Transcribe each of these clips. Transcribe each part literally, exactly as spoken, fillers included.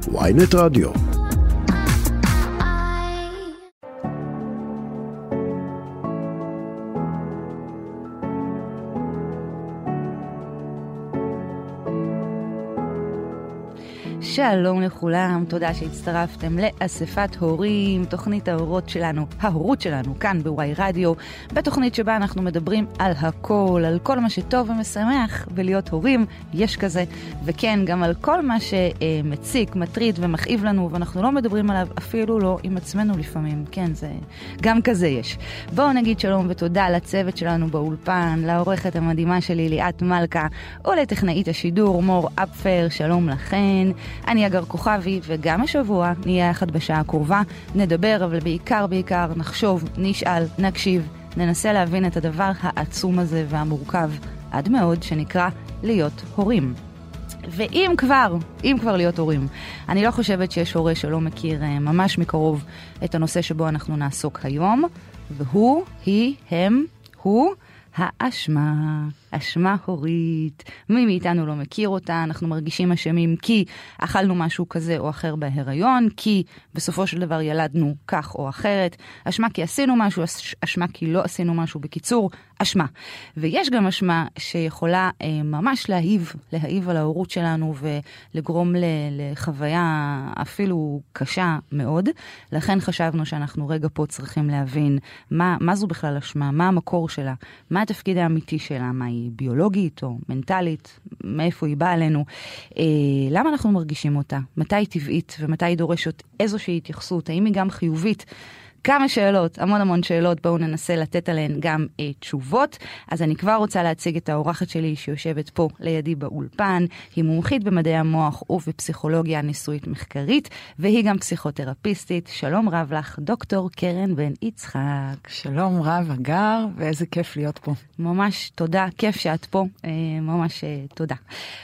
וויינט רדיו. שלום לכולם, תודה שהצטרפתם לאספת הורים, תוכנית ההורות שלנו, ההורות שלנו, כאן בוואי רדיו, בתוכנית שבה אנחנו מדברים על הכל, על כל מה שטוב ומשמח ולהיות הורים, יש כזה, וכן, גם על כל מה שמציק, מטריד ומכאיב לנו, ואנחנו לא מדברים עליו אפילו לא עם עצמנו לפעמים, כן, זה גם כזה יש. בואו נגיד שלום ותודה לצוות שלנו באולפן, לעורכת המדהימה שלי ליאת מלכה, ולטכנאית השידור מור אפפר, שלום לכן. אני אגר כוכבי, וגם השבוע נהיה יחד בשעה הקרובה, נדבר, אבל בעיקר בעיקר נחשוב, נשאל, נקשיב, ננסה להבין את הדבר העצום הזה והמורכב, עד מאוד שנקרא להיות הורים. ואם כבר, אם כבר להיות הורים, אני לא חושבת שיש הורה שלא מכיר ממש מקרוב את הנושא שבו אנחנו נעסוק היום, והוא, היא, הם, הוא, האשמה, אשמה הורית. מי מאיתנו לא מכיר אותה, אנחנו מרגישים אשמים כי אכלנו משהו כזה או אחר בהיריון, כי בסופו של דבר ילדנו כך או אחרת, אשמה כי עשינו משהו, אשמה כי לא עשינו משהו, בקיצור, אשמה. ויש גם אשמה שיכולה אה, ממש להעיב, להעיב על ההורות שלנו ולגרום ל- לחוויה אפילו קשה מאוד. לכן חשבנו שאנחנו רגע פה צריכים להבין מה, מה זו בכלל אשמה, מה המקור שלה, מה התפקיד האמיתי שלה, מה היא ביולוגית או מנטלית, מאיפה היא באה עלינו, אה, למה אנחנו מרגישים אותה, מתי היא טבעית ומתי היא דורשת איזושהי התייחסות, האם היא גם חיובית, כמה שאלות, המון המון שאלות, בואו ננסה לתת עליהן גם אה, תשובות. אז אני כבר רוצה להציג את האורחת שלי שיושבת פה לידי באולפן, היא מומחית במדעי המוח ובפסיכולוגיה ניסויית מחקרית, והיא גם פסיכותרפיסטית. שלום רב לך, דוקטור קרן בן יצחק. שלום רב אגר, ואיזה כיף להיות פה. ממש תודה, כיף שאת פה, אה, ממש אה, תודה.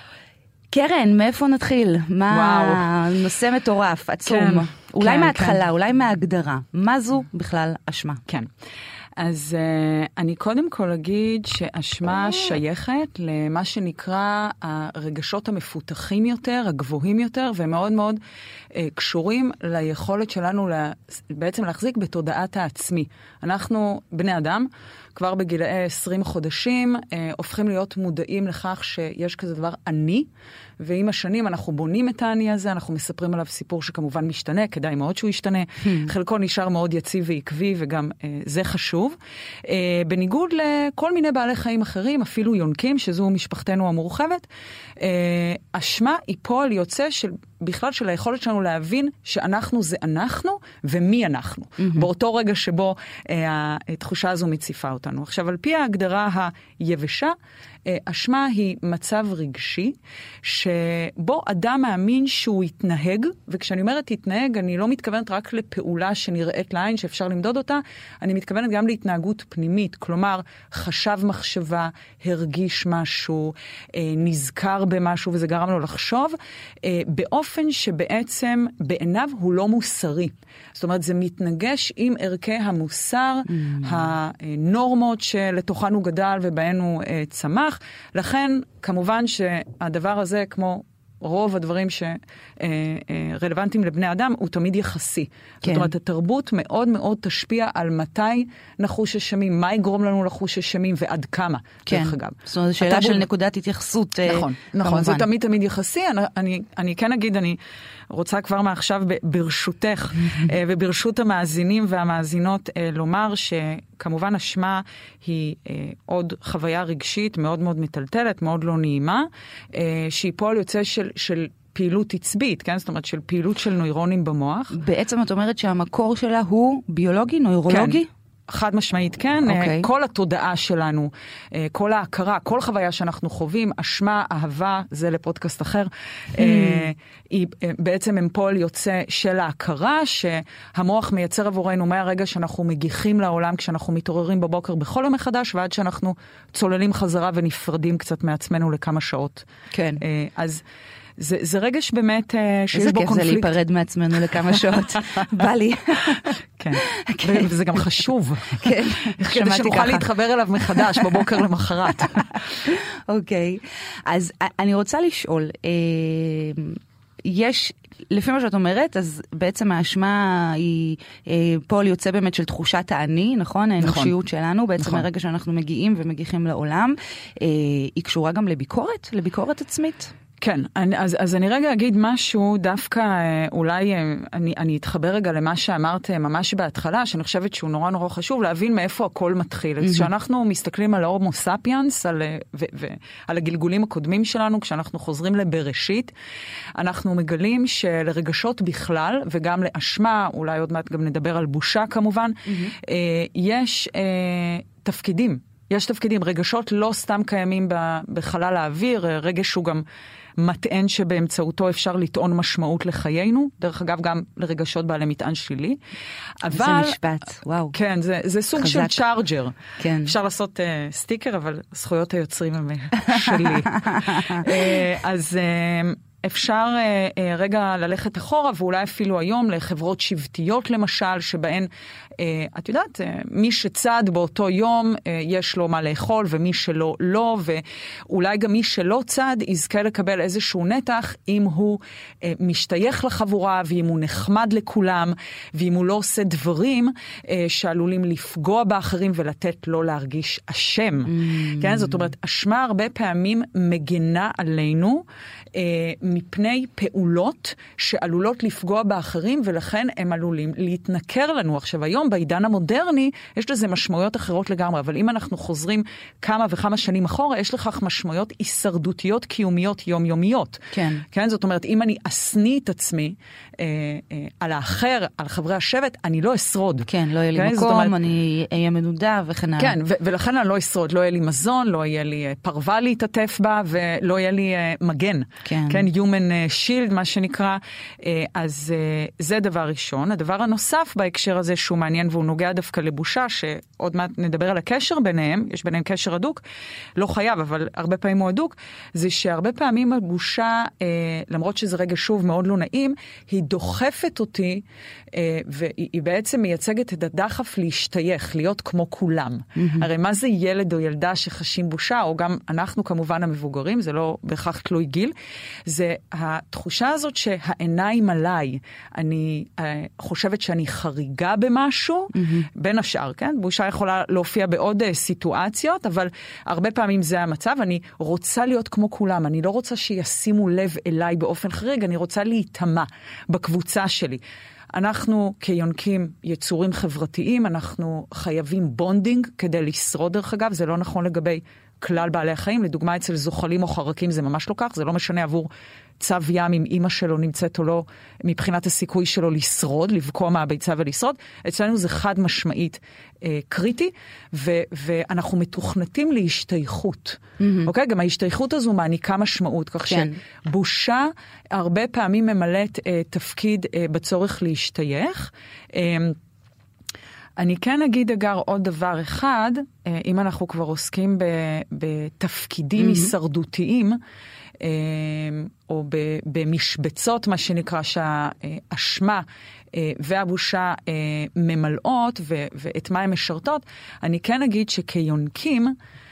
קרן, מאיפה נתחיל? מה נושא מטורף, עצום. כן, אולי כן, מההתחלה, כן. אולי מההגדרה. מה זו בכלל אשמה? כן. אז uh, אני קודם כל אגיד שאשמה שייכת למה שנקרא הרגשות המפותחים יותר, הגבוהים יותר, ומאוד מאוד uh, קשורים ליכולת שלנו לה, בעצם להחזיק בתודעת העצמי. אנחנו בני אדם, כבר בגילאי עשרים חודשים, אה, הופכים להיות מודעים לכך שיש כזה דבר אני, ועם השנים אנחנו בונים את העני הזה, אנחנו מספרים עליו סיפור שכמובן משתנה, כדאי מאוד שהוא ישתנה, חלקו נשאר מאוד יציב ועקבי, וגם אה, זה חשוב. אה, בניגוד לכל מיני בעלי חיים אחרים, אפילו יונקים, שזו משפחתנו המורחבת, אה, אשמה היא פועל יוצא של בכלל של היכולת שלנו להבין שאנחנו זה אנחנו ומי אנחנו. Mm-hmm. באותו רגע שבו אה, התחושה הזו מציפה אותנו. עכשיו, על פי ההגדרה היבשה, אה, אשמה היא מצב רגשי שבו אדם מאמין שהוא יתנהג, וכשאני אומרת יתנהג, אני לא מתכוונת רק לפעולה שנראית לעין, שאפשר למדוד אותה, אני מתכוונת גם להתנהגות פנימית, כלומר, חשב מחשבה, הרגיש משהו, אה, נזכר במשהו, וזה גרם לו לחשוב, אה, באופן אופן שבעצם בעיניו הוא לא מוסרי. זאת אומרת, זה מתנגש עם ערכי המוסר, mm. הנורמות שלתוכן הוא גדל ובהן הוא uh, צמח. לכן, כמובן שהדבר הזה, כמו רוב הדברים שרלוונטיים לבני אדם, הוא תמיד יחסי. כן. זאת אומרת, התרבות מאוד מאוד תשפיע על מתי נחוש אשמים, מה יגרום לנו לחוש אשמים ועד כמה, כן. דרך אגב. זאת אומרת, שאלה התרבות... של נקודת התייחסות. נכון, נכון, זה תמיד תמיד יחסי. אני, אני, אני כן אגיד, אני רוצה כבר מעכשיו ברשותך וברשות המאזינים והמאזינות לומר שכמובן אשמה היא עוד חוויה רגשית מאוד מאוד מטלטלת, מאוד לא נעימה, שהיא פועל יוצא של, של פעילות עצבית, כן? זאת אומרת של פעילות של נוירונים במוח. בעצם את אומרת שהמקור שלה הוא ביולוגי, נוירולוגי? כן. חד משמעית, כן. Okay. כל התודעה שלנו, כל ההכרה, כל חוויה שאנחנו חווים, אשמה, אהבה, זה לפודקאסט אחר, hmm. היא בעצם הם פועל יוצא של ההכרה, שהמוח מייצר עבורנו מהרגע שאנחנו מגיחים לעולם, כשאנחנו מתעוררים בבוקר בכל יום מחדש, ועד שאנחנו צוללים חזרה ונפרדים קצת מעצמנו לכמה שעות. כן. אז זה, זה רגש באמת שיש בו קונפליקט. איזה כיף זה להיפרד מעצמנו לכמה שעות. בא לי. כן. וזה גם חשוב. כן. כדי שנוכל להתחבר אליו מחדש בבוקר למחרת. אוקיי. אז אני רוצה לשאול, יש, לפי מה שאת אומרת, אז בעצם האשמה היא פועל יוצא באמת של תחושת האני, נכון? האנושיות שלנו, בעצם הרגע שאנחנו מגיעים ומגיחים לעולם, היא קשורה גם לביקורת, לביקורת עצמית. כן, אז, אז אני רגע אגיד משהו, דווקא אולי אני, אני אתחבר רגע למה שאמרת ממש בהתחלה, שאני חושבת שהוא נורא נורא חשוב להבין מאיפה הכל מתחיל. אז כשאנחנו מסתכלים על ההומו ספיאנס, על, ו, ו, על הגלגולים הקודמים שלנו, כשאנחנו חוזרים לבראשית, אנחנו מגלים שלרגשות בכלל, וגם לאשמה, אולי עוד מעט גם נדבר על בושה כמובן, יש תפקידים. יש תפקידים, רגשות לא סתם קיימים בחלל האוויר, רגש הוא גם מטען שבאמצעותו אפשר לטעון משמעות לחיינו, דרך אגב גם לרגשות בעלי מטען שלילי. אבל, זה משפט, וואו. כן, זה, זה סוג חזק. של צ'ארג'ר. כן. אפשר לעשות uh, סטיקר, אבל זכויות היוצרים הם שלי. uh, אז... Uh, אפשר אה, אה, רגע ללכת אחורה, ואולי אפילו היום לחברות שבטיות למשל, שבהן, אה, את יודעת, אה, מי שצד באותו יום, אה, יש לו מה לאכול, ומי שלא לא, ואולי גם מי שלא צד, יזכה לקבל איזשהו נתח, אם הוא אה, משתייך לחבורה, ואם הוא נחמד לכולם, ואם הוא לא עושה דברים אה, שעלולים לפגוע באחרים, ולתת לו להרגיש אשם. Mm. כן? זאת אומרת, אשמה הרבה פעמים מגנה עלינו, אה, מפני פעולות שעלולות לפגוע באחרים, ולכן הם עלולים להתנכר לנו. עכשיו, היום בעידן המודרני, יש לזה משמעויות אחרות לגמרי, אבל אם אנחנו חוזרים כמה וכמה שנים אחורה, יש לכך משמעויות הישרדותיות קיומיות יומיומיות. כן. כן? זאת אומרת, אם אני אסני את עצמי אה, אה, על האחר, על חברי השבט, אני לא אשרוד. כן, לא יהיה לי כן? מקום, אומרת, אני אהיה מנודה וכן הלאה. כן, ו- ולכן אני לא אשרוד. לא יהיה לי מזון, לא יהיה לי פרווה להתעטף בה, ולא יהיה לי אה, מגן. כן. כן, human shield, מה שנקרא. אז זה דבר ראשון. הדבר הנוסף בהקשר הזה שהוא מעניין והוא נוגע דווקא לבושה, שעוד מעט נדבר על הקשר ביניהם, יש ביניהם קשר הדוק, לא חייב, אבל הרבה פעמים הוא הדוק, זה שהרבה פעמים הבושה, למרות שזה רגע שוב מאוד לא נעים, היא דוחפת אותי, והיא בעצם מייצגת את הדחף להשתייך, להיות כמו כולם. Mm-hmm. הרי מה זה ילד או ילדה שחשים בושה, או גם אנחנו כמובן המבוגרים, זה לא בהכרח תלוי גיל, זה התחושה הזאת שהעיניים עליי, אני uh, חושבת שאני חריגה במשהו, mm-hmm. בין השאר, כן? בושה יכולה להופיע בעוד uh, סיטואציות, אבל הרבה פעמים זה המצב, אני רוצה להיות כמו כולם, אני לא רוצה שישימו לב אליי באופן חריג, אני רוצה להתאמה בקבוצה שלי. אנחנו כיונקים יצורים חברתיים, אנחנו חייבים בונדינג כדי לשרוד דרך אגב, זה לא נכון לגבי כלל בעלי החיים, לדוגמה אצל זוחלים או חרקים זה ממש לא כך, זה לא משנה עבור צו ים אם אמא שלו נמצאת או לא, מבחינת הסיכוי שלו לשרוד, לבקוע מהביצה ולשרוד, אצלנו זה חד משמעית אה, קריטי, ו- ואנחנו מתוכנתים להשתייכות. Mm-hmm. אוקיי? גם ההשתייכות הזו מעניקה משמעות, כך כן. שבושה הרבה פעמים ממלאת אה, תפקיד אה, בצורך להשתייך. אה, אני כן אגיד אגר עוד דבר אחד, אם אנחנו כבר עוסקים בתפקידים הישרדותיים, או במשבצות, מה שנקרא שהאשמה והבושה ממלאות, ואת מה הן משרתות, אני כן אגיד שכיונקים,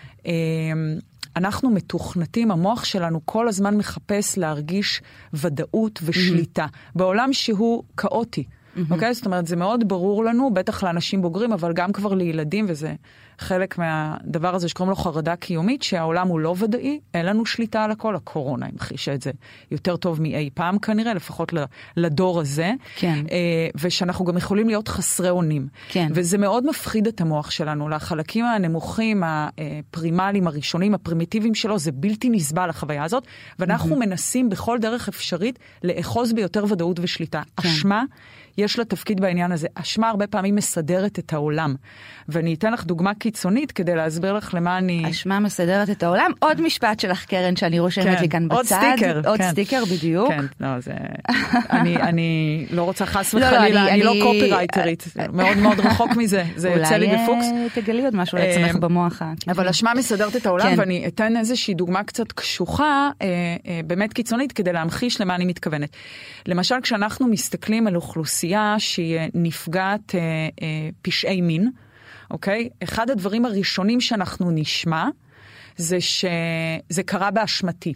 אנחנו מתוכנתים, המוח שלנו כל הזמן מחפש להרגיש ודאות ושליטה, בעולם שהוא כאוטי. אוקיי? זאת אומרת, זה מאוד ברור לנו, בטח לאנשים בוגרים, אבל גם כבר לילדים, וזה חלק מהדבר הזה שקוראים לו חרדה קיומית, שהעולם הוא לא ודאי, אין לנו שליטה על הכל, הקורונה המחישה את זה יותר טוב מאי פעם כנראה, לפחות לדור הזה, כן. ושאנחנו גם יכולים להיות חסרי אונים. כן. וזה מאוד מפחיד את המוח שלנו, לחלקים הנמוכים, הפרימליים, הראשונים, הפרימיטיביים שלו, זה בלתי נסבל החוויה הזאת, ואנחנו mm-hmm. מנסים בכל דרך אפשרית לאחוז ביותר ודאות ושליטה. כן. אשמה, יש לה תפקיד בעניין הזה. אשמה הרבה פעמים מסדרת את העולם. ואני אתן לך דוגמה קיצונית כדי להסביר לך למה אני... אשמה מסדרת את העולם. עוד משפט שלך, קרן, שאני רושמת כן. לי כאן בצד. עוד סטיקר. עוד כן. סטיקר בדיוק. כן, לא, זה... אני, אני לא רוצה חס וחלילה, לא, לא, אני, אני לא קופירייטרית. מאוד מאוד רחוק מזה. זה יוצא לי בפוקס. אולי תגלי עוד משהו לעצמך במוח. אבל אשמה מסדרת את העולם, כן. ואני אתן איזושהי דוגמה קצת קשוחה, באמת קיצונית, כדי להמחיש למה אני מתכוונת. למשל, כשאנחנו מסתכלים על אוכלוסייה שהיא נפגעת אה, אה, פשעי מין, אוקיי? אחד הדברים הראשונים שאנחנו נשמע, זה שזה קרה באשמתי.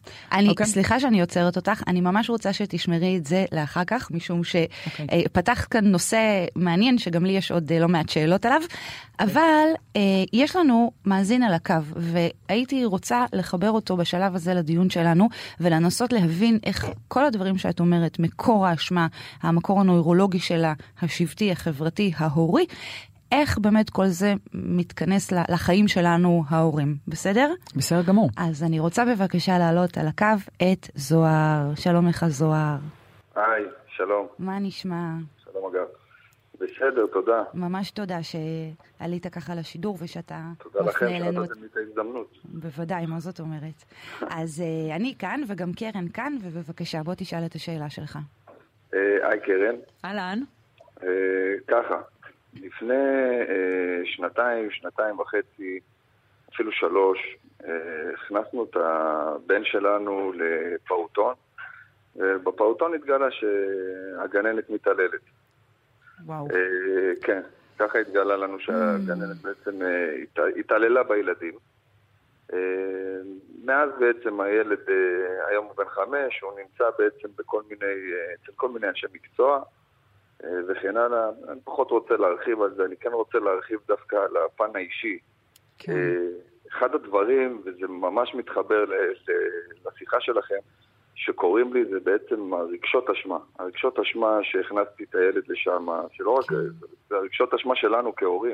אני, okay. סליחה שאני יוצרת אותך, אני ממש רוצה שתשמרי את זה לאחר כך, משום שפתחת okay. כאן נושא מעניין, שגם לי יש עוד לא מעט שאלות עליו, okay. אבל אה, יש לנו מאזין על הקו, והייתי רוצה לחבר אותו בשלב הזה לדיון שלנו, ולנסות להבין איך כל הדברים שאת אומרת, מקור האשמה, המקור הנוירולוגי שלה, השבטי, החברתי, ההורי, איך באמת כל זה מתכנס לחיים שלנו ההורים, בסדר? בסדר גמור. אז אני רוצה בבקשה לעלות על הקו את זוהר. שלום לך זוהר. היי, שלום. מה נשמע? שלום אגב. בסדר, תודה. ממש תודה שעלית ככה לשידור ושאתה תודה לכם שנתתם לי את ההזדמנות. בוודאי, מה זאת אומרת? אז אני כאן וגם קרן כאן, ובבקשה בוא תשאל את השאלה שלך. היי קרן. אהלן. ככה. לפני אה, שנתיים, שנתיים וחצי, אפילו שלוש, אה, הכנסנו את הבן שלנו לפעוטון, ובפעוטון התגלה שהגננת מתעללת. וואו. אה, כן, ככה התגלה לנו שהגננת mm. בעצם אה, הת, התעללה בילדים. אה, מאז בעצם הילד, אה, היום הוא בן חמש, הוא נמצא בעצם בכל מיני, אה, אצל כל מיני אנשי מקצוע, וכן הלאה. אני פחות רוצה להרחיב על זה, אני כן רוצה להרחיב דווקא על הפן האישי. כן. אחד הדברים, וזה ממש מתחבר לשיחה שלכם, שקוראים לי, זה בעצם הרגשות אשמה. הרגשות אשמה שהכנסתי את הילד לשם, שלא רק, זה הרגשות אשמה שלנו כהורים.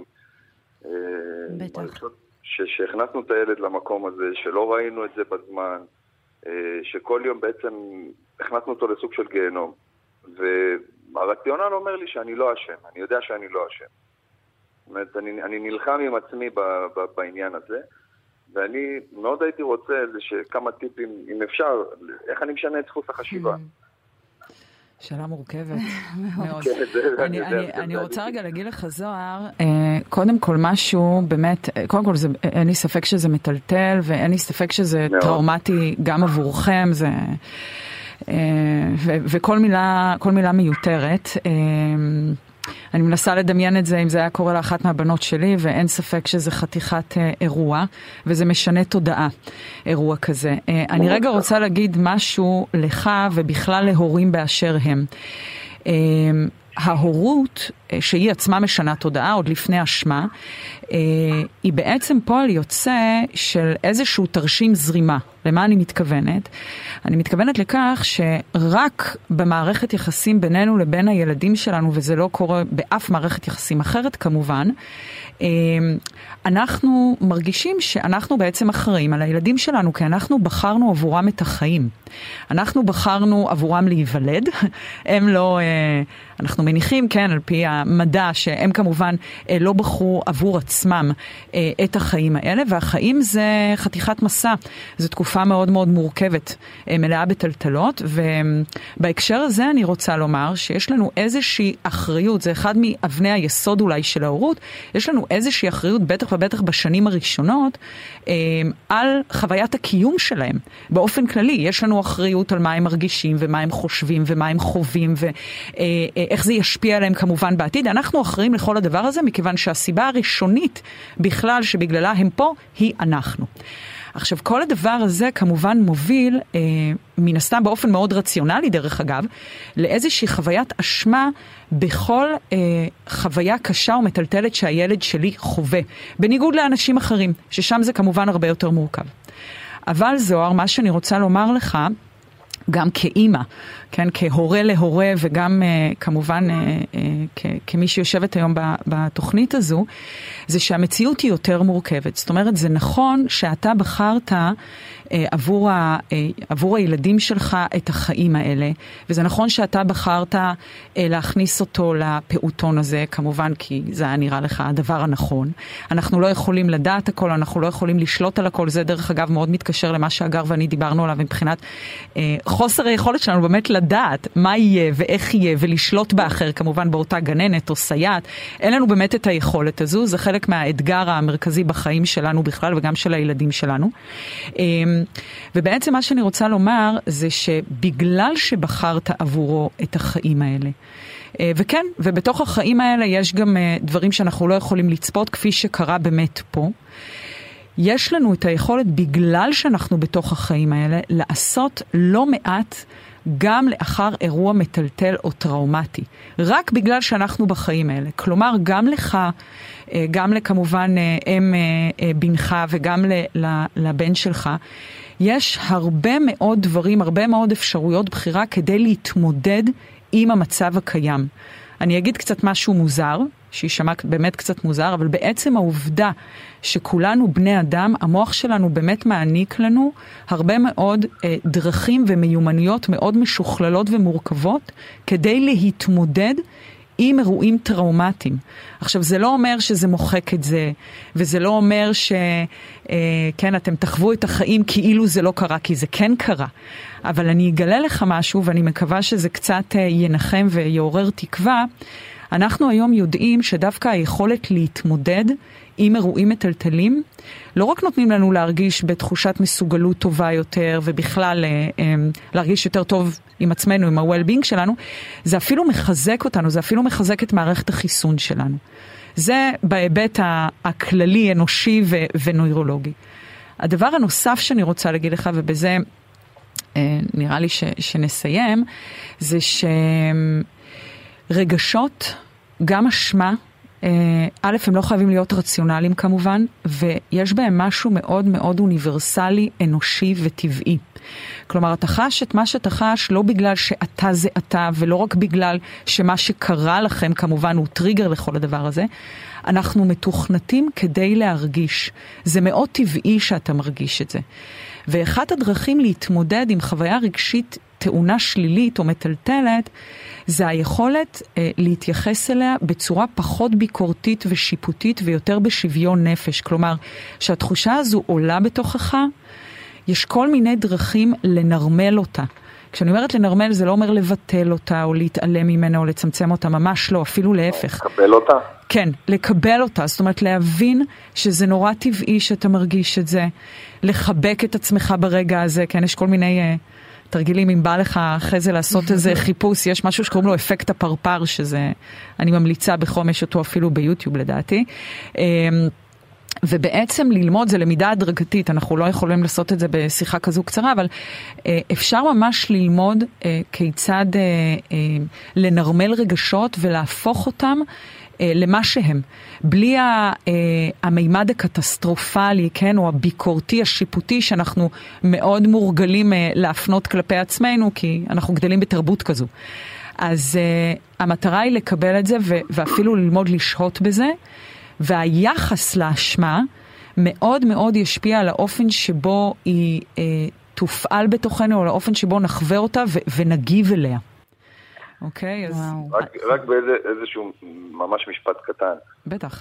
בטח. שהכנסנו את הילד למקום הזה, שלא ראינו את זה בזמן, שכל יום בעצם הכנסנו אותו לסוג של גיהנום. ו... הרציונל אומר לי שאני לא אשם, אני יודע שאני לא אשם. זאת אומרת, אני, אני נלחם עם עצמי ב, ב, בעניין הזה, ואני מאוד הייתי רוצה איזה שכמה טיפים, אם אפשר, איך אני משנה את דפוס החשיבה. שאלה מורכבת מאוד. אני רוצה רגע להגיד לך זוהר, קודם כל משהו באמת, קודם כל אין לי ספק שזה מטלטל, ואין לי ספק שזה טראומטי גם עבורכם, זה... וכל מילה, כל מילה מיותרת. אני מנסה לדמיין את זה אם זה היה קורה לאחת מהבנות שלי, ואין ספק שזה חתיכת אירוע, וזה משנה תודעה, אירוע כזה. אני רגע רוצה להגיד משהו לך ובכלל להורים באשר הם. ההורות, שהיא עצמה משנה תודעה, עוד לפני אשמה, היא בעצם פועל יוצא של איזשהו תרשים זרימה. למה אני מתכוונת? אני מתכוונת לכך שרק במערכת יחסים בינינו לבין הילדים שלנו, וזה לא קורה באף מערכת יחסים אחרת כמובן, אנחנו מרגישים שאנחנו בעצם אחראים על הילדים שלנו, כי אנחנו בחרנו עבורם את החיים. אנחנו בחרנו עבורם להיוולד. הם לא, אנחנו מניחים, כן, על פי המדע, שהם כמובן לא בחרו עבור עצמם את החיים האלה, והחיים זה חתיכת מסע. זו תקופה מאוד מאוד מורכבת, מלאה בטלטלות, ובהקשר הזה אני רוצה לומר שיש לנו איזושהי אחריות, זה אחד מאבני היסוד אולי של ההורות, יש לנו איזושהי אחריות, בטח ובטח בשנים הראשונות, על חוויית הקיום שלהם. באופן כללי, יש לנו אחריות על מה הם מרגישים, ומה הם חושבים, ומה הם חווים, ואיך זה ישפיע עליהם כמובן בעתיד. אנחנו אחראים לכל הדבר הזה, מכיוון שהסיבה הראשונית בכלל שבגללה הם פה, היא אנחנו. עכשיו, כל הדבר הזה כמובן מוביל, אה, מן הסתם באופן מאוד רציונלי דרך אגב, לאיזושהי חוויית אשמה בכל אה, חוויה קשה ומטלטלת שהילד שלי חווה, בניגוד לאנשים אחרים, ששם זה כמובן הרבה יותר מורכב. אבל זוהר, מה שאני רוצה לומר לך, גם כאימא, כן, כהורה להורה וגם uh, כמובן uh, uh, כ- כמי שיושבת היום בתוכנית הזו, זה שהמציאות היא יותר מורכבת. זאת אומרת, זה נכון שאתה בחרת uh, עבור, ה, uh, עבור הילדים שלך את החיים האלה, וזה נכון שאתה בחרת uh, להכניס אותו לפעוטון הזה, כמובן כי זה היה נראה לך הדבר הנכון. אנחנו לא יכולים לדעת הכל, אנחנו לא יכולים לשלוט על הכל, זה דרך אגב מאוד מתקשר למה שאגר ואני דיברנו עליו מבחינת uh, חוסר היכולת שלנו באמת לדעת מה יהיה ואיך יהיה ולשלוט באחר, כמובן באותה גננת או סייעת. אין לנו באמת את היכולת הזו, זה חלק מהאתגר המרכזי בחיים שלנו בכלל וגם של הילדים שלנו. ובעצם מה שאני רוצה לומר זה שבגלל שבחרת עבורו את החיים האלה, וכן, ובתוך החיים האלה יש גם דברים שאנחנו לא יכולים לצפות כפי שקרה באמת פה, יש לנו את היכולת, בגלל שאנחנו בתוך החיים האלה, לעשות לא מעט גם לאחר אירוע מטלטל או טראומטי. רק בגלל שאנחנו בחיים האלה. כלומר, גם לך, גם לכמובן אם בנך וגם לבן שלך, יש הרבה מאוד דברים, הרבה מאוד אפשרויות בחירה כדי להתמודד עם המצב הקיים. אני אגיד קצת משהו מוזר, שישמע באמת קצת מוזר, אבל בעצם העובדה שכולנו בני אדם, המוח שלנו באמת מעניק לנו הרבה מאוד אה, דרכים ומיומנויות מאוד משוכללות ומורכבות, כדי להתמודד עם אירועים טראומטיים. עכשיו, זה לא אומר שזה מוחק את זה, וזה לא אומר ש, אה, כן, אתם תחוו את החיים כאילו זה לא קרה, כי זה כן קרה. אבל אני אגלה לך משהו, ואני מקווה שזה קצת אה, ינחם ויעורר תקווה. אנחנו היום יודעים שדווקא היכולת להתמודד עם אירועים מטלטלים, לא רק נותנים לנו להרגיש בתחושת מסוגלות טובה יותר, ובכלל להרגיש יותר טוב עם עצמנו, עם ה-well-being שלנו, זה אפילו מחזק אותנו, זה אפילו מחזק את מערכת החיסון שלנו. זה בהיבט הכללי, אנושי ו- ונוירולוגי. הדבר הנוסף שאני רוצה להגיד לך, ובזה נראה לי ש- שנסיים, זה שרגשות, גם אשמה, א', הם לא חייבים להיות רציונליים כמובן, ויש בהם משהו מאוד מאוד אוניברסלי, אנושי וטבעי. כלומר, אתה חש את מה שאתה חש לא בגלל שאתה זה אתה, ולא רק בגלל שמה שקרה לכם כמובן הוא טריגר לכל הדבר הזה. אנחנו מתוכנתים כדי להרגיש. זה מאוד טבעי שאתה מרגיש את זה. ואחת הדרכים להתמודד עם חוויה רגשית תאונה שלילית או מטלטלת, זה היכולת אה, להתייחס אליה בצורה פחות ביקורתית ושיפוטית ויותר בשוויון נפש. כלומר, שהתחושה הזו עולה בתוכך, יש כל מיני דרכים לנרמל אותה. כשאני אומרת לנרמל, זה לא אומר לבטל אותה או להתעלם ממנה או לצמצם אותה, ממש לא, אפילו להפך. לקבל אותה? כן, לקבל אותה. זאת אומרת, להבין שזה נורא טבעי שאתה מרגיש את זה, לחבק את עצמך ברגע הזה, כן, יש כל מיני uh, תרגילים, אם בא לך אחרי זה לעשות איזה חיפוש, יש משהו שקוראים לו אפקט הפרפר, שזה, אני ממליצה בחום, יש אותו אפילו ביוטיוב לדעתי. Um, ובעצם ללמוד זה למידה הדרגתית, אנחנו לא יכולים לעשות את זה בשיחה כזו קצרה, אבל אה, אפשר ממש ללמוד אה, כיצד אה, אה, לנרמל רגשות ולהפוך אותם אה, למה שהם. בלי ה, אה, המימד הקטסטרופלי, כן, או הביקורתי, השיפוטי, שאנחנו מאוד מורגלים אה, להפנות כלפי עצמנו, כי אנחנו גדלים בתרבות כזו. אז אה, המטרה היא לקבל את זה ו- ואפילו ללמוד לשהות בזה, והיחס לאשמה מאוד מאוד ישפיע על האופן שבו היא אה, תופעל בתוכנו, או על האופן שבו נחווה אותה ו- ונגיב אליה. אוקיי, אז... רק, רק באיזשהו ממש משפט קטן. בטח.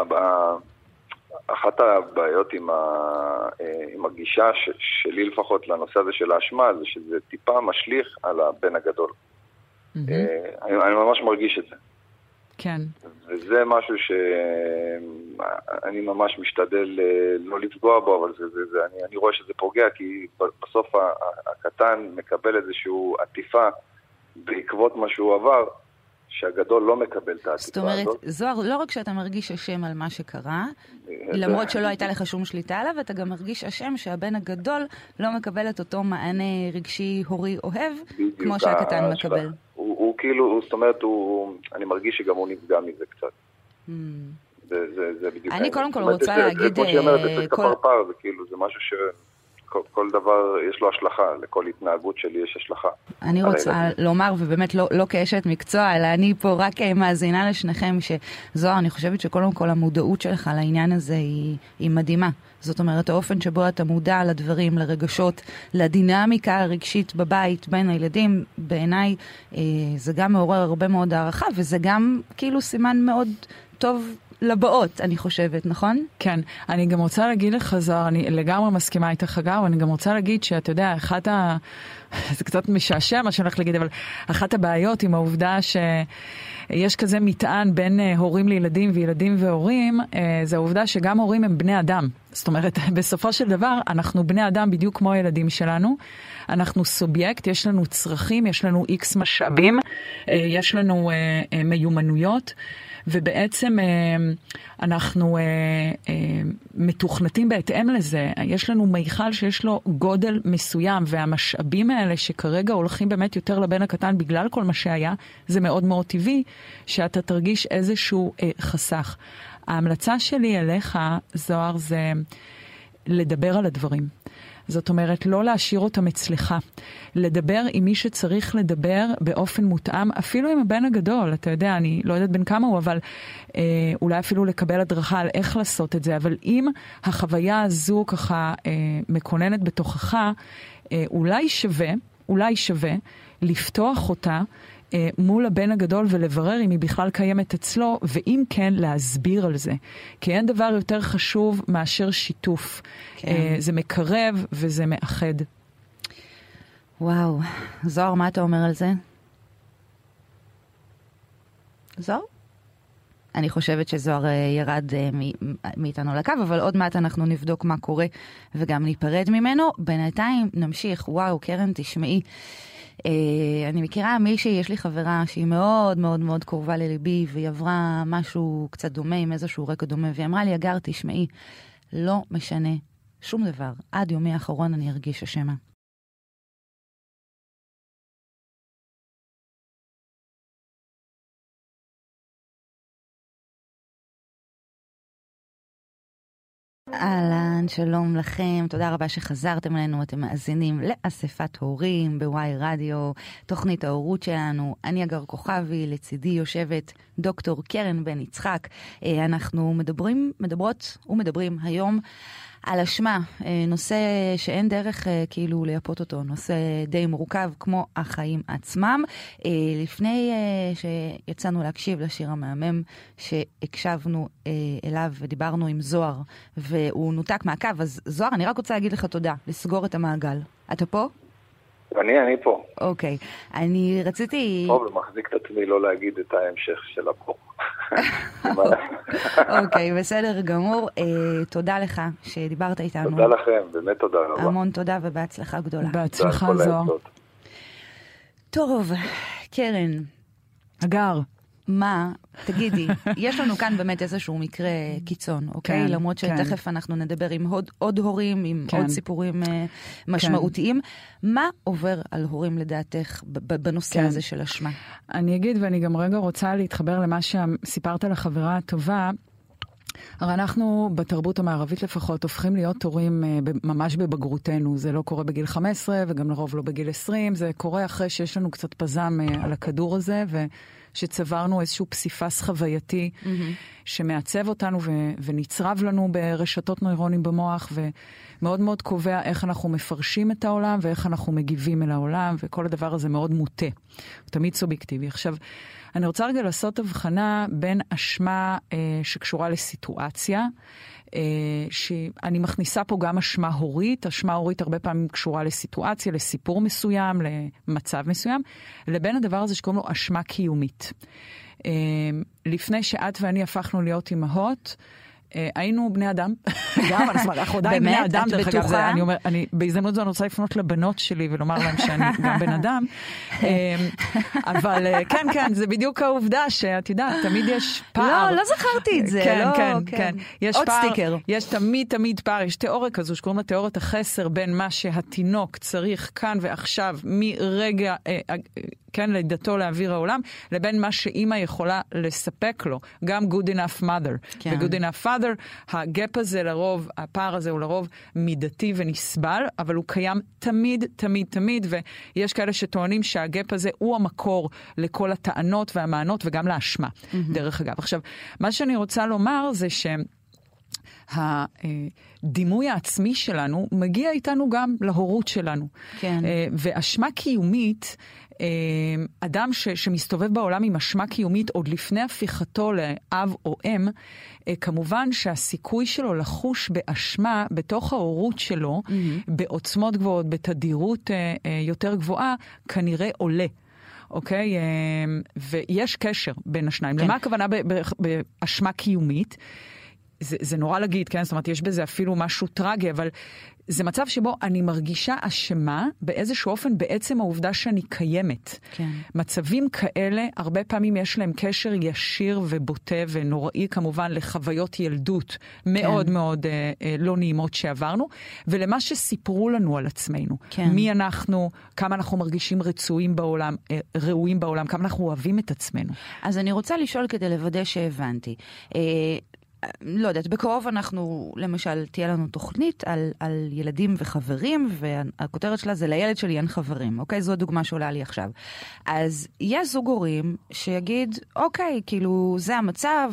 אחת הבעיות עם, ה, עם הגישה ש, שלי לפחות לנושא הזה של האשמה, זה שזה טיפה משליך על הבן הגדול. Mm-hmm. אני, אני ממש מרגיש את זה. כן. וזה משהו שאני ממש משתדל לא לפגוע בו, אבל זה, זה, זה, אני, אני רואה שזה פוגע, כי בסוף הקטן מקבל איזשהו עטיפה בעקבות מה שהוא עבר, שהגדול לא מקבל את העטיפה הזאת. זאת אומרת, זוהר, לא רק שאתה מרגיש אשם על מה שקרה, למרות שלא הייתה לך שום שליטה עליו, אתה גם מרגיש אשם שהבן הגדול לא מקבל את אותו מענה רגשי הורי אוהב, כמו שהקטן מקבל. הוא, הוא כאילו, זאת אומרת, הוא, אני מרגיש שגם הוא נפגע מזה קצת. Mm. זה, זה, זה בדיוק. אני קודם כל רוצה להגיד... זה כמו שאומרת, זה כפרפר, זה כאילו, זה משהו ש... כל, כל דבר יש לו השלכה, לכל התנהגות שלי יש השלכה. אני רוצה לומר, ובאמת לא, לא כאשת מקצוע, אלא אני פה רק מאזינה לשניכם, שזוהר, אני חושבת שקודם כל המודעות שלך לעניין הזה היא, היא מדהימה. זאת אומרת, האופן שבו אתה מודע לדברים, לרגשות, לדינמיקה הרגשית בבית בין הילדים, בעיניי אה, זה גם מעורר הרבה מאוד הערכה, וזה גם כאילו סימן מאוד טוב לבאות, אני חושבת, נכון? כן, אני גם רוצה להגיד לך, זוהר, אני לגמרי מסכימה איתך גם, אני גם רוצה להגיד שאתה יודע, אחת ה... זה קצת משעשע מה שאני הולך להגיד, אבל אחת הבעיות עם העובדה שיש כזה מטען בין הורים לילדים וילדים והורים, זה העובדה שגם הורים הם בני אדם. זאת אומרת, בסופו של דבר, אנחנו בני אדם בדיוק כמו הילדים שלנו. אנחנו סובייקט, יש לנו צרכים, יש לנו איקס משאבים, יש לנו מיומנויות, ובעצם אנחנו מתוכנתים בהתאם לזה. יש לנו מיכל שיש לו גודל מסוים, והמשאבים האלה שכרגע הולכים באמת יותר לבן הקטן בגלל כל מה שהיה, זה מאוד מאוד טבעי שאתה תרגיש איזשהו חסך. ההמלצה שלי אליך, זוהר, זה לדבר על הדברים. זאת אומרת, לא להשאיר אותם אצלך. לדבר עם מי שצריך לדבר באופן מותאם, אפילו עם הבן הגדול. אתה יודע, אני לא יודעת בין כמה הוא, אבל אה, אולי אפילו לקבל הדרכה על איך לעשות את זה. אבל אם החוויה הזו ככה אה, מקוננת בתוכך, אה, אולי שווה, אולי שווה לפתוח אותה מול הבן הגדול ולברר אם היא בכלל קיימת אצלו, ואם כן, להסביר על זה. כי אין דבר יותר חשוב מאשר שיתוף. כן. זה מקרב וזה מאחד. וואו. זוהר, מה אתה אומר על זה? זוהר? אני חושבת שזוהר ירד מאיתנו לקו, אבל עוד מעט אנחנו נבדוק מה קורה וגם ניפרד ממנו. בינתיים נמשיך. וואו, קרן, תשמעי. Uh, אני מכירה מישהי, יש לי חברה שהיא מאוד מאוד מאוד קרובה לליבי, והיא עברה משהו קצת דומה עם איזשהו רקע דומה, והיא אמרה לי, אגר, תשמעי, לא משנה שום דבר, עד יומי האחרון אני ארגיש אשמה. אהלן, שלום לכם, תודה רבה שחזרתם אלינו, אתם מאזינים לאספת הורים בוואי רדיו, תוכנית ההורות שלנו. אני אגר כוכבי, לצידי יושבת דוקטור קרן בן יצחק. אנחנו מדברים, מדברות ומדברים היום על אשמה, נושא שאין דרך כאילו לייפות אותו, נושא די מורכב כמו החיים עצמם. לפני שיצאנו להקשיב לשיר המהמם שהקשבנו אליו ודיברנו עם זוהר והוא נותק מהקו, אז זוהר, אני רק רוצה להגיד לך תודה, לסגור את המעגל. אתה פה? אני, אני פה. אוקיי, אני רציתי... טוב, ומחזיק את עצמי לא להגיד את ההמשך של הפה. אוקיי, בסדר גמור. תודה לך שדיברת איתנו. תודה לכם, באמת תודה רבה. המון תודה ובהצלחה גדולה. בהצלחה זוהר. טוב, קרן. אגר. מה, תגידי, יש לנו כאן באמת איזשהו מקרה קיצון, אוקיי? כן, למרות שתכף כן. אנחנו נדבר עם עוד, עוד הורים, עם כן. עוד סיפורים uh, משמעותיים. כן. מה עובר על הורים לדעתך בנושא כן. הזה של אשמה? אני אגיד, ואני גם רגע רוצה להתחבר למה שסיפרת לחברה הטובה, הרי אנחנו בתרבות המערבית לפחות הופכים להיות הורים ממש בבגרותנו. זה לא קורה בגיל חמש עשרה וגם לרוב לא בגיל עשרים, זה קורה אחרי שיש לנו קצת פזם על הכדור הזה ושצברנו איזשהו פסיפס חווייתי mm-hmm. שמעצב אותנו ו- ונצרב לנו ברשתות נוירונים במוח ומאוד מאוד קובע איך אנחנו מפרשים את העולם ואיך אנחנו מגיבים אל העולם, וכל הדבר הזה מאוד מוטה. הוא תמיד סובייקטיבי. עכשיו, אני רוצה רגע לעשות הבחנה בין אשמה אה, שקשורה לסיטואציה, אה, שאני מכניסה פה גם אשמה הורית. אשמה הורית הרבה פעמים קשורה לסיטואציה, לסיפור מסוים, למצב מסוים, לבין הדבר הזה שקוראים לו אשמה קיומית. אה, לפני שאת ואני הפכנו להיות אימהות, היינו בני אדם, גם אנחנו עדיין בני אדם, דרך אגב, אני אומר, אני בהזדמנות זו אני רוצה לפנות לבנות שלי ולומר להם שאני גם בן אדם, אבל כן, כן, זה בדיוק העובדה שאת יודעת, תמיד יש פער. לא, לא זכרתי את זה, כן, כן, כן. עוד סטיקר. יש תמיד, תמיד פער, יש תיאוריה כזו שקוראים לה תיאוריית החסר בין מה שהתינוק צריך כאן ועכשיו, מרגע, כן, לידתו לאוויר העולם, לבין מה שאימא יכולה לספק לו. גם good enough mother. כן. ו-good enough father, הגאפ הזה לרוב, הפער הזה הוא לרוב מידתי ונסבל, אבל הוא קיים תמיד, תמיד, תמיד, ויש כאלה שטוענים שהגאפ הזה הוא המקור לכל הטענות והמענות וגם לאשמה, mm-hmm. דרך אגב. עכשיו, מה שאני רוצה לומר זה ש... הדימוי העצמי שלנו מגיע איתנו גם להורות שלנו. כן. ואשמה קיומית, אדם ש, שמסתובב בעולם עם אשמה קיומית עוד לפני הפיכתו לאב או אם, כמובן שהסיכוי שלו לחוש באשמה בתוך ההורות שלו, mm-hmm. בעוצמות גבוהות, בתדירות יותר גבוהה, כנראה עולה. אוקיי? ויש קשר בין השניים. כן. למה הכוונה באשמה קיומית? זה, זה נורא להגיד, כן? זאת אומרת, יש בזה אפילו משהו טרגי, אבל זה מצב שבו אני מרגישה אשמה באיזשהו אופן בעצם העובדה שאני קיימת. כן. מצבים כאלה, הרבה פעמים יש להם קשר ישיר ובוטה ונוראי כמובן לחוויות ילדות מאוד כן. מאוד אה, אה, לא נעימות שעברנו, ולמה שסיפרו לנו על עצמנו. כן. מי אנחנו, כמה אנחנו מרגישים רצויים בעולם, אה, ראויים בעולם, כמה אנחנו אוהבים את עצמנו. אז אני רוצה לשאול כדי לוודא שהבנתי. אה, לא יודעת, בקרוב אנחנו, למשל, תהיה לנו תוכנית על, על ילדים וחברים, והכותרת שלה זה לילד שלי אין חברים, אוקיי? זו הדוגמה שעולה לי עכשיו. אז יש זוג הורים שיגיד, אוקיי, כאילו, זה המצב,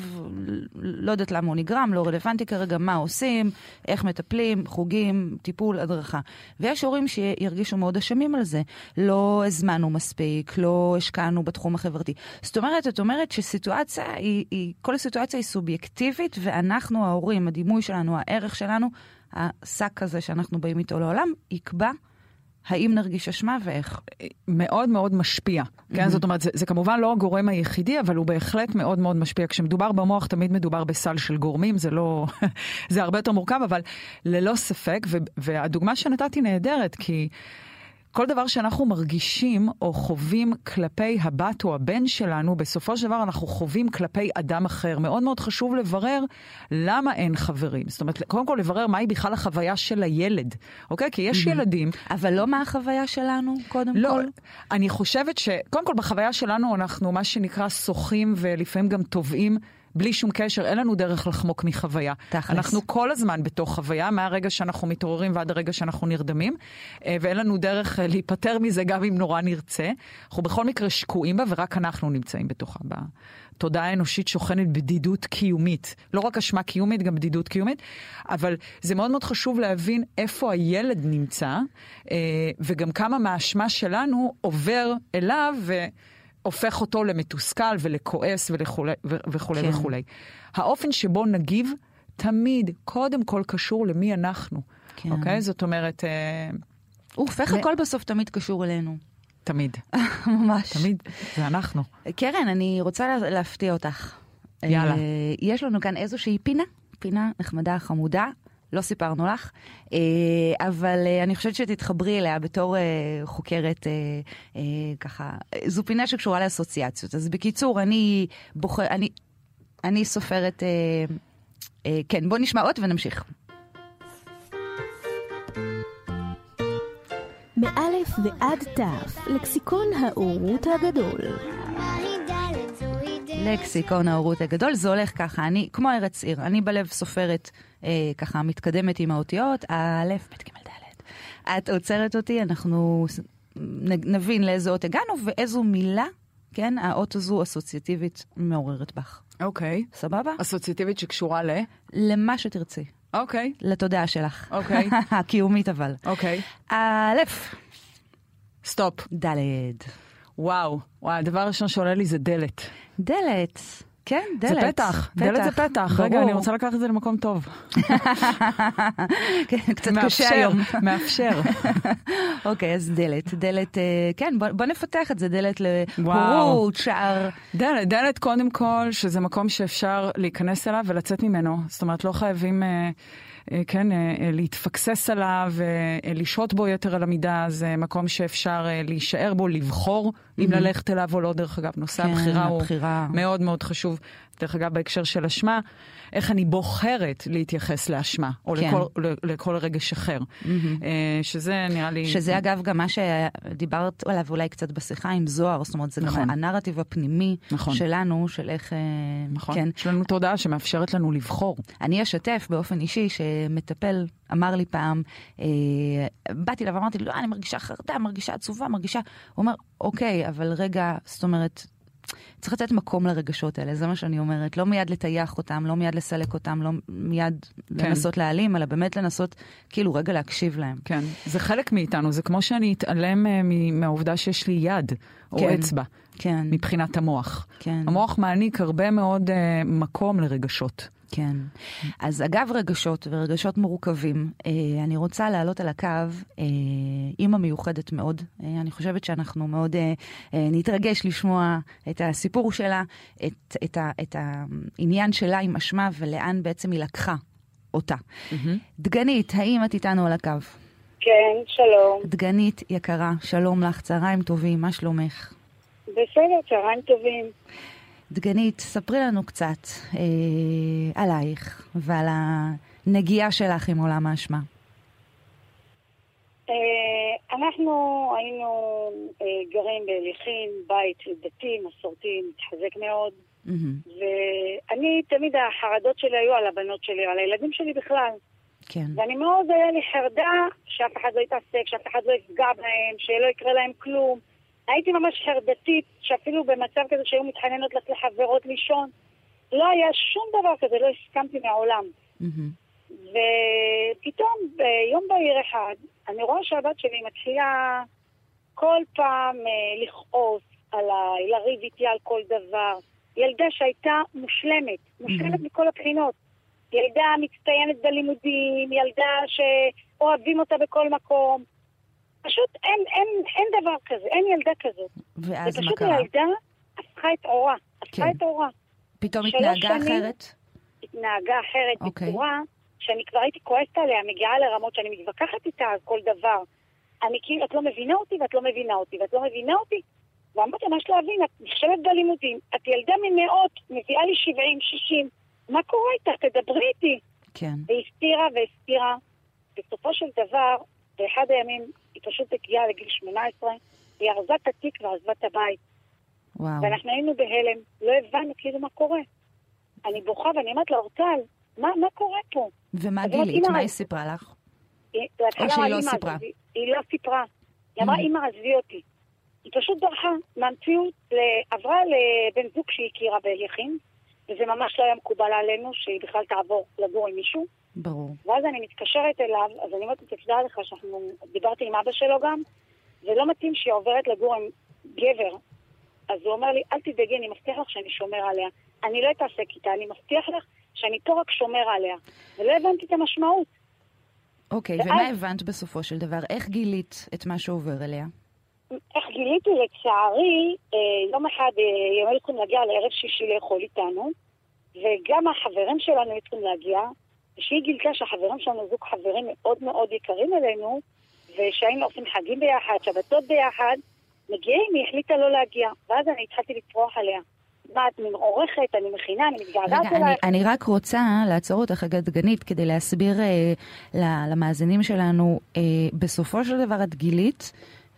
לא יודעת למה הוא נגרם, לא רלוונטי כרגע, מה עושים, איך מטפלים, חוגים, טיפול, הדרכה. ויש הורים שירגישו מאוד אשמים על זה. לא הזמנו מספיק, לא השקענו בתחום החברתי. זאת אומרת, את אומרת שסיטואציה היא, היא, כל הסיטואציה היא סובייקטיבית, ואנחנו, ההורים, הדימוי שלנו, הערך שלנו, השק הזה שאנחנו באים איתו לעולם, יקבע האם נרגיש אשמה ואיך. מאוד מאוד משפיע. כן, זאת אומרת, זה, זה כמובן לא הגורם היחידי, אבל הוא בהחלט מאוד מאוד משפיע. כשמדובר במוח, תמיד מדובר בסל של גורמים, זה לא, זה הרבה יותר מורכב, אבל ללא ספק, ו, והדוגמה שנתתי נהדרת, כי כל דבר שאנחנו מרגישים או חווים כלפי הבת או הבן שלנו, בסופו של דבר אנחנו חווים כלפי אדם אחר. מאוד מאוד חשוב לברר למה אין חברים. זאת אומרת, קודם כל לברר מהי בכלל החוויה של הילד. אוקיי? כי יש ילדים. אבל לא מה החוויה שלנו, קודם לא, כל? אני חושבת שקודם כל בחוויה שלנו אנחנו מה שנקרא שוחים ולפעמים גם טובעים, בלי שום קשר, אין לנו דרך לחמוק מחוויה. תכלס. אנחנו כל הזמן בתוך חוויה, מהרגע שאנחנו מתעוררים ועד הרגע שאנחנו נרדמים, ואין לנו דרך להיפטר מזה גם אם נורא נרצה. אנחנו בכל מקרה שקועים בה, ורק אנחנו נמצאים בתוכה. בתודעה האנושית שוכנת בדידות קיומית. לא רק אשמה קיומית, גם בדידות קיומית, אבל זה מאוד מאוד חשוב להבין איפה הילד נמצא, וגם כמה מהאשמה שלנו עובר אליו ו... הופך אותו למתוסכל ולכועס וכולי וכולי כן. וכולי. האופן שבו נגיב תמיד קודם כל קשור למי אנחנו. כן. אוקיי? זאת אומרת... הוא הופך הכל בסוף תמיד קשור אלינו. תמיד. ממש. תמיד. זה אנחנו. קרן, אני רוצה להפתיע אותך. יאללה. יש לנו כאן איזושהי פינה, פינה נחמדה, חמודה. לא סיפרנו לך, אבל אני חושבת שתתחברי אליה בתור חוקרת ככה, זו פינה שקשורה לאסוציאציות. אז בקיצור, אני בוחר, אני, אני סופרת, כן, בוא נשמע עוד ונמשיך. מאלף ועד תף, לקסיקון האורות הגדול. לקסיקון האורות הגדול, זה הולך ככה, אני, כמו ארץ עיר, אני בלב סופרת אה, ככה מתקדמת עם האותיות, א', ב', ג', ד'. את עוצרת אותי, אנחנו נבין לאיזו אות הגענו, ואיזו מילה, כן, האות הזו אסוציאטיבית מעוררת בך. אוקיי. סבבה? אסוציאטיבית שקשורה ל? למה שתרצי. אוקיי. לתודעה שלך. אוקיי. הקיומית אבל. אוקיי. א', סטופ. ד'. וואו, וואו, הדבר הראשון שעולה לי זה דלת. דלת. כן, דלת. זה פתח, דלת זה פתח. רגע, אני רוצה לקחת את זה למקום טוב. קצת קשה היום. מאפשר. אוקיי, אז דלת. דלת, כן, בוא נפתח את זה, דלת להורות, שער. דלת, דלת קודם כל, שזה מקום שאפשר להיכנס אליו ולצאת ממנו. זאת אומרת, לא חייבים... כן, להתפקסס עליו, לשהות בו יותר על המידה, זה מקום שאפשר להישאר בו, לבחור אם ללכת אליו או לא. דרך אגב, נושא הבחירה הוא מאוד מאוד חשוב. דרך אגב, בהקשר של אשמה, איך אני בוחרת להתייחס לאשמה, או לכל רגש אחר. שזה נראה לי... שזה אגב גם מה שדיברת עליו אולי קצת בשיחה עם זוהר, זאת אומרת, זה גם הנרטיב הפנימי שלנו, של איך... נכון, יש לנו תודעה שמאפשרת לנו לבחור. אני אשתף באופן אישי שמטפל, אמר לי פעם, באתי לה ואמרתי, לא, אני מרגישה חרדה, מרגישה עצובה, מרגישה... הוא אומר, אוקיי, אבל רגע, זאת אומרת... צריך לתת מקום לרגשות האלה, זה מה שאני אומרת. לא מיד לטייח אותם, לא מיד לסלק אותם, לא מיד כן. לנסות להעלים, אלא באמת לנסות כאילו רגע להקשיב להם. כן, זה חלק מאיתנו, זה כמו שאני אתעלם מהעובדה שיש לי יד או כן. אצבע, כן. מבחינת המוח. כן. המוח מעניק הרבה מאוד uh, מקום לרגשות. כן. אז אגב רגשות ורגשות מורכבים, אני רוצה לעלות על הקו אימא מיוחדת מאוד. אני חושבת שאנחנו מאוד נתרגש לשמוע את הסיפור שלה, את, את, ה, את העניין שלה עם אשמה ולאן בעצם היא לקחה אותה. דגנית, האם את איתנו על הקו? כן, שלום. דגנית יקרה, שלום לך, צהריים טובים, מה שלומך? בסדר, צהריים טובים. דגנית, ספרי לנו קצת אה, עלייך ועל הנגיעה שלך עם עולם האשמה. אה, אנחנו היינו אה, גרים בהליכין, בית דתי, מסורתי, מתחזק מאוד. Mm-hmm. ואני, תמיד החרדות שלי היו על הבנות שלי, על הילדים שלי בכלל. כן. ואני מאוד היה לי חרדה שאף אחד לא יתעסק, שאף אחד לא יפגע בהם, שלא יקרה להם כלום. הייתי ממש חרדתית, שאפילו במצב כזה שהיו מתחננות לך לחברות לישון, לא היה שום דבר כזה, לא הסכמתי מהעולם. Mm-hmm. ופתאום ביום בהיר אחד, אני רואה שהבת שלי מתחילה כל פעם אה, לכעוס עליי, לריב איתי על כל דבר. ילדה שהייתה מושלמת, מושלמת mm-hmm. מכל הבחינות. ילדה מצטיינת בלימודים, ילדה שאוהבים אותה בכל מקום. פשוט אין, אין, אין דבר כזה, אין ילדה כזאת. ואז מה קרה? ופשוט הילדה הפכה את אורה, הפכה כן. את אורה. פתאום התנהגה אחרת? התנהגה אחרת, אוקיי. בצורה שאני כבר הייתי כועסת עליה, מגיעה לרמות שאני מתווכחת איתה על כל דבר. אני כאילו, את לא מבינה אותי ואת לא מבינה אותי ואת לא מבינה אותי. ואמרתי, מה יש להבין? את נכשלת בלימודים, את ילדה ממאות, מביאה לי שבעים, שישים. מה קורה איתך? תדברי איתי. כן. והסתירה והסתירה. בסופו של דבר, באחד הימים, היא פשוט הגיעה לגיל שמונה עשרה, היא ארזה את התיק ועזבה את הבית. וואו. ואנחנו היינו בהלם, לא הבנו כאילו מה קורה. אני בוכה ואני אמרת לה, אורטל, מה, מה קורה פה? ומה גילית? מה היא סיפרה לך? היא, או שהיא לא סיפרה? היא, היא לא סיפרה. היא אמרה, אמא, עזבי אותי. היא פשוט ברחה מהמציאות, עברה לבן זוג שהיא הכירה בהליכין, וזה ממש לא היה מקובל עלינו שהיא בכלל תעבור לגור עם מישהו. ברור. ואז אני מתקשרת אליו, אז אני אומרת, תפדע לך שאנחנו, דיברתי עם אבא שלו גם, ולא מתאים שהיא עוברת לגור עם גבר. אז הוא אומר לי, אל תדאגי, אני מבטיח לך שאני שומר עליה. אני לא אתעסק איתה, אני מבטיח לך שאני פה רק שומר עליה. ולא הבנתי את המשמעות. אוקיי, ואז... ומה הבנת בסופו של דבר? איך גילית את מה שעובר אליה? איך גיליתי? לצערי, יום אחד יום היו צריכים להגיע לערב שישי לאכול איתנו, וגם החברים שלנו היו צריכים להגיע, ושהיא גילתה שהחברים שלנו זוג חברים מאוד מאוד יקרים אלינו, ושהיינו עושים חגים ביחד, שבתות ביחד, מגיעים, היא החליטה לא להגיע. ואז אני התחלתי לצרוח עליה. מה, את עורכת, אני מכינה, אני מתגעגעת אליה. אני, אני רק רוצה לעצור אותך רגע דגנית, כדי להסביר אה, למאזינים שלנו, אה, בסופו של דבר את גילית,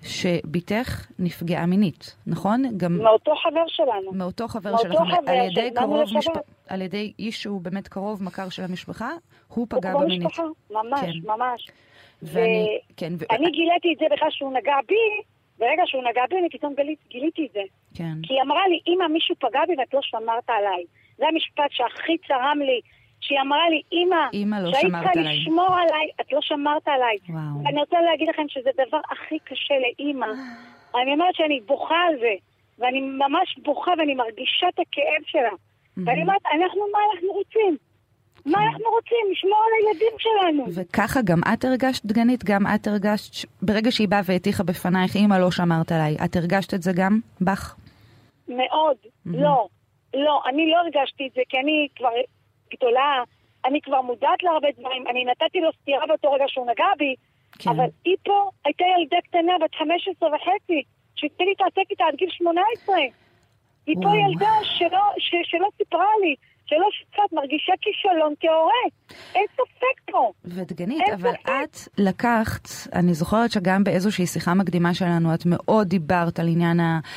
שביתך נפגעה מינית, נכון? גם מאותו חבר שלנו. מאותו חבר מאותו שלכם. חבר על ידי קרוב משפ... על ידי איש שהוא באמת קרוב מכר של המשפחה, הוא פגע הוא במינית. משפחה, ממש, כן. ממש. ואני, ו... כן, ו... אני גיליתי את זה בכלל שהוא נגע בי, ברגע שהוא נגע בי, אני פתאום גיל... גיליתי את זה. כן. כי היא אמרה לי, אמא, מישהו פגע בי ואת לא שמרת עליי. זה המשפט שהכי צרם לי. שהיא אמרה לי, אמא, לא שהיית צריכה לשמור עליי, את לא שמרת עליי. וואו. ואני רוצה להגיד לכם שזה דבר הכי קשה לאמא. אני אומרת שאני בוכה על זה, ואני ממש בוכה ואני מרגישה את הכאב שלה. Mm-hmm. ואני אומרת, אנחנו, מה אנחנו רוצים? Okay. מה אנחנו רוצים? לשמור על הילדים שלנו. וככה גם את הרגשת, דגנית? גם את הרגשת, ברגע שהיא באה והתיחה בפנייך, אמא לא שמרת עליי, את הרגשת את זה גם בך? מאוד. Mm-hmm. לא. לא, אני לא הרגשתי את זה, כי אני כבר... גדולה, אני כבר מודעת להרבה דברים, אני נתתי לו סתירה באותו רגע שהוא נגע בי, כן. אבל היא פה הייתה ילדה קטנה בת חמש עשרה וחצי, שהתחיל להתעסק איתה עד גיל שמונה עשרה. היא וואו. פה ילדה שלא, ש, שלא סיפרה לי, שלא שפת, מרגישה כישלון כהורה. אין ספק פה. ודגנית, אבל ספק. את לקחת, אני זוכרת שגם באיזושהי שיחה מקדימה שלנו, את מאוד דיברת על עניין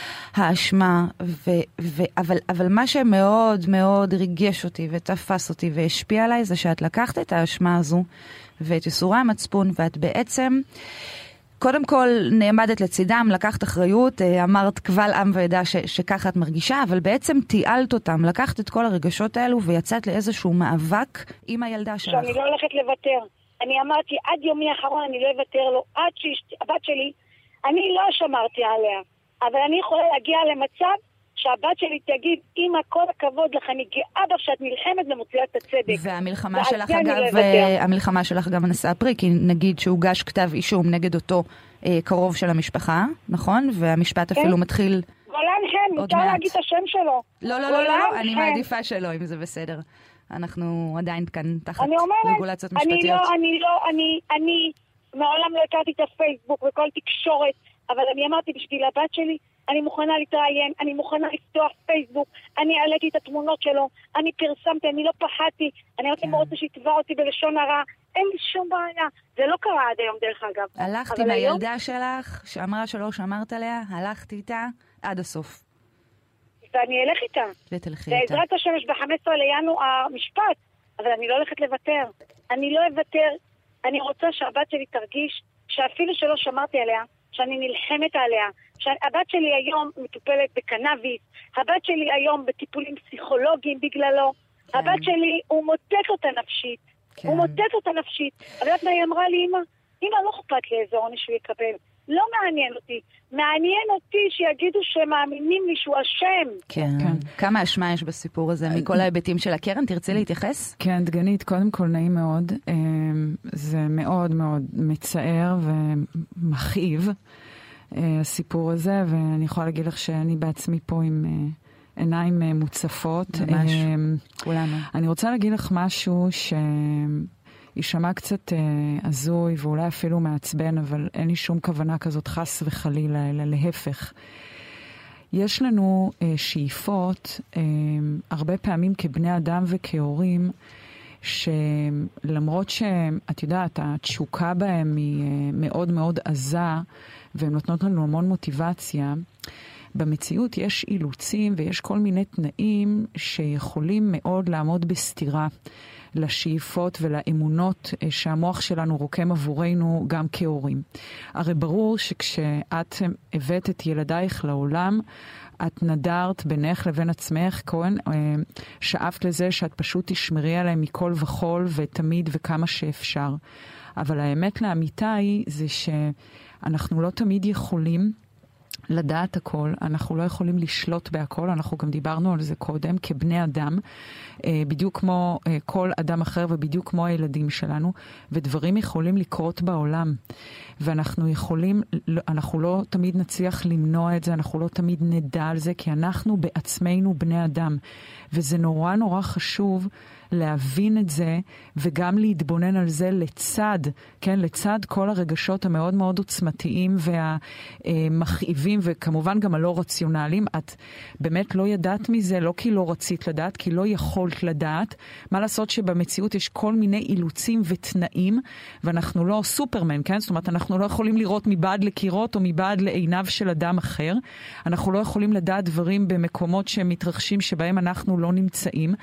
האשמה, ו, ו, אבל, אבל מה שמאוד מאוד ריגש אותי ותפס אותי והשפיע עליי, זה שאת לקחת את האשמה הזו, ואת יסורי המצפון, ואת בעצם... קודם כל נעמדת לצידם, לקחת אחריות, אמרת קבל עם וידע ש- שככה את מרגישה, אבל בעצם תיעלת אותם, לקחת את כל הרגשות האלו ויצאת לאיזשהו מאבק עם הילדה שלך. שאני לא הולכת לוותר. אני אמרתי, עד יומי האחרון אני לא אוותר לו, עד שהבת שלי, אני לא שמרתי עליה, אבל אני יכולה להגיע למצב שהבת שלי תגיד, אמא, כל הכבוד לכם, היא גאה בך שאת נלחמת ומוציאה את הצדק. והמלחמה שלך, אגב, המלחמה שלך גם נשאה פרי, כי נגיד שהוגש כתב אישום נגד אותו אה, קרוב של המשפחה, נכון? והמשפט כן? אפילו מתחיל... גולן חן, מותר להגיד את השם שלו. לא, לא, לא, לא, לא, אני מעדיפה שלא, אם זה בסדר. אנחנו עדיין כאן תחת רגולציות משפטיות. אני לא, אני לא, אני, אני מעולם לא הכרתי את הפייסבוק וכל תקשורת, אבל אני אמרתי בשביל הבת שלי, אני מוכנה להתראיין, אני מוכנה לפתוח פייסבוק, אני העליתי את התמונות שלו, אני פרסמתי, אני לא פחדתי, אני אמרתי מאוד שתבע אותי בלשון הרע, אין לי שום בעיה, זה לא קרה עד היום דרך אגב. הלכתי עם הילדה שלך, שאמרה שלא שמרת עליה, הלכתי איתה עד הסוף. ואני אלך איתה. ותלכי איתה. בעזרת השם יש ב-חמישה עשר לינואר המשפט, אבל אני לא הולכת לוותר. אני לא אוותר, אני רוצה שהבת שלי תרגיש שאפילו שלא שמרתי עליה, שאני נלחמת עליה, שהבת שלי היום מטופלת בקנאביס, הבת שלי היום בטיפולים פסיכולוגיים בגללו, כן. הבת שלי הוא מוטט אותה נפשית, כן. הוא מוטט אותה נפשית. אבל את מה היא אמרה לי, אמא, אמא לא אכפת לי איזה עונש שהוא יקבל, לא מעניין אותי, מעניין אותי שיגידו שמאמינים לי שהוא אשם. כן, כן. כמה אשמה יש בסיפור הזה מכל ההיבטים של הקרן, תרצי להתייחס? כן, דגנית, קודם כל נעים מאוד, זה מאוד מאוד מצער ומכאיב. הסיפור הזה, ואני יכולה להגיד לך שאני בעצמי פה עם עיניים מוצפות. ממש, כולנו. אני רוצה להגיד לך משהו שישמע קצת הזוי ואולי אפילו מעצבן, אבל אין לי שום כוונה כזאת חס וחלילה, אלא להפך. יש לנו שאיפות, הרבה פעמים כבני אדם וכהורים, שלמרות שאת יודעת, התשוקה בהם היא מאוד מאוד עזה, והן נותנות לנו המון מוטיבציה, במציאות יש אילוצים ויש כל מיני תנאים שיכולים מאוד לעמוד בסתירה לשאיפות ולאמונות שהמוח שלנו רוקם עבורנו גם כהורים. הרי ברור שכשאת הבאת את ילדייך לעולם, את נדרת בינך לבין עצמך, כהן, שאפת לזה שאת פשוט תשמרי עליהם מכל וכל ותמיד וכמה שאפשר. אבל האמת לאמיתה היא זה שאנחנו לא תמיד יכולים לדעת הכל, אנחנו לא יכולים לשלוט בהכל, אנחנו גם דיברנו על זה קודם, כבני אדם, בדיוק כמו כל אדם אחר ובדיוק כמו הילדים שלנו, ודברים יכולים לקרות בעולם, ואנחנו יכולים, אנחנו לא תמיד נצליח למנוע את זה, אנחנו לא תמיד נדע על זה, כי אנחנו בעצמנו בני אדם, וזה נורא נורא חשוב להבין את זה, וגם להתבונן על זה לצד, כן, לצד כל הרגשות המאוד מאוד עוצמתיים והמכאיבים, וכמובן גם הלא רציונליים. את באמת לא ידעת מזה, לא כי לא רצית לדעת, כי לא יכולת לדעת. מה לעשות שבמציאות יש כל מיני אילוצים ותנאים, ואנחנו לא סופרמן, כן? זאת אומרת, אנחנו לא יכולים לראות מבעד לקירות או מבעד לעיניו של אדם אחר. אנחנו לא יכולים לדעת דברים במקומות שמתרחשים שבהם אנחנו לא נמצאים.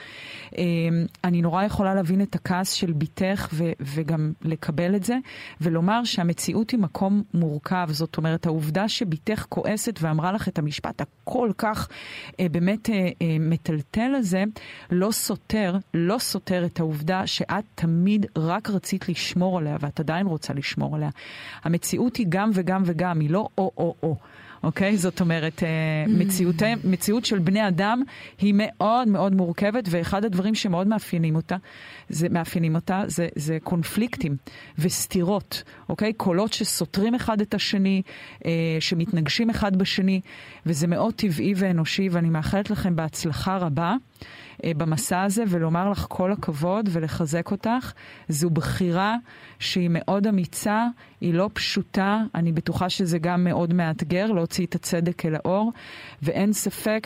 אני נורא יכולה להבין את הכעס של ביתך ו- וגם לקבל את זה, ולומר שהמציאות היא מקום מורכב. זאת אומרת, העובדה שביתך כועסת ואמרה לך את המשפט הכל כך אה, באמת אה, אה, מטלטל הזה, לא סותר, לא סותר את העובדה שאת תמיד רק רצית לשמור עליה, ואת עדיין רוצה לשמור עליה. המציאות היא גם וגם וגם, היא לא או או או. אוקיי? זאת אומרת, מציאות, מציאות של בני אדם היא מאוד מאוד מורכבת, ואחד הדברים שמאוד מאפיינים אותה, זה, מאפיינים אותה, זה, זה קונפליקטים וסתירות, אוקיי? קולות שסותרים אחד את השני, שמתנגשים אחד בשני, וזה מאוד טבעי ואנושי, ואני מאחלת לכם בהצלחה רבה במסע הזה, ולומר לך כל הכבוד ולחזק אותך. זו בחירה שהיא מאוד אמיצה, היא לא פשוטה, אני בטוחה שזה גם מאוד מאתגר להוציא את הצדק אל האור, ואין ספק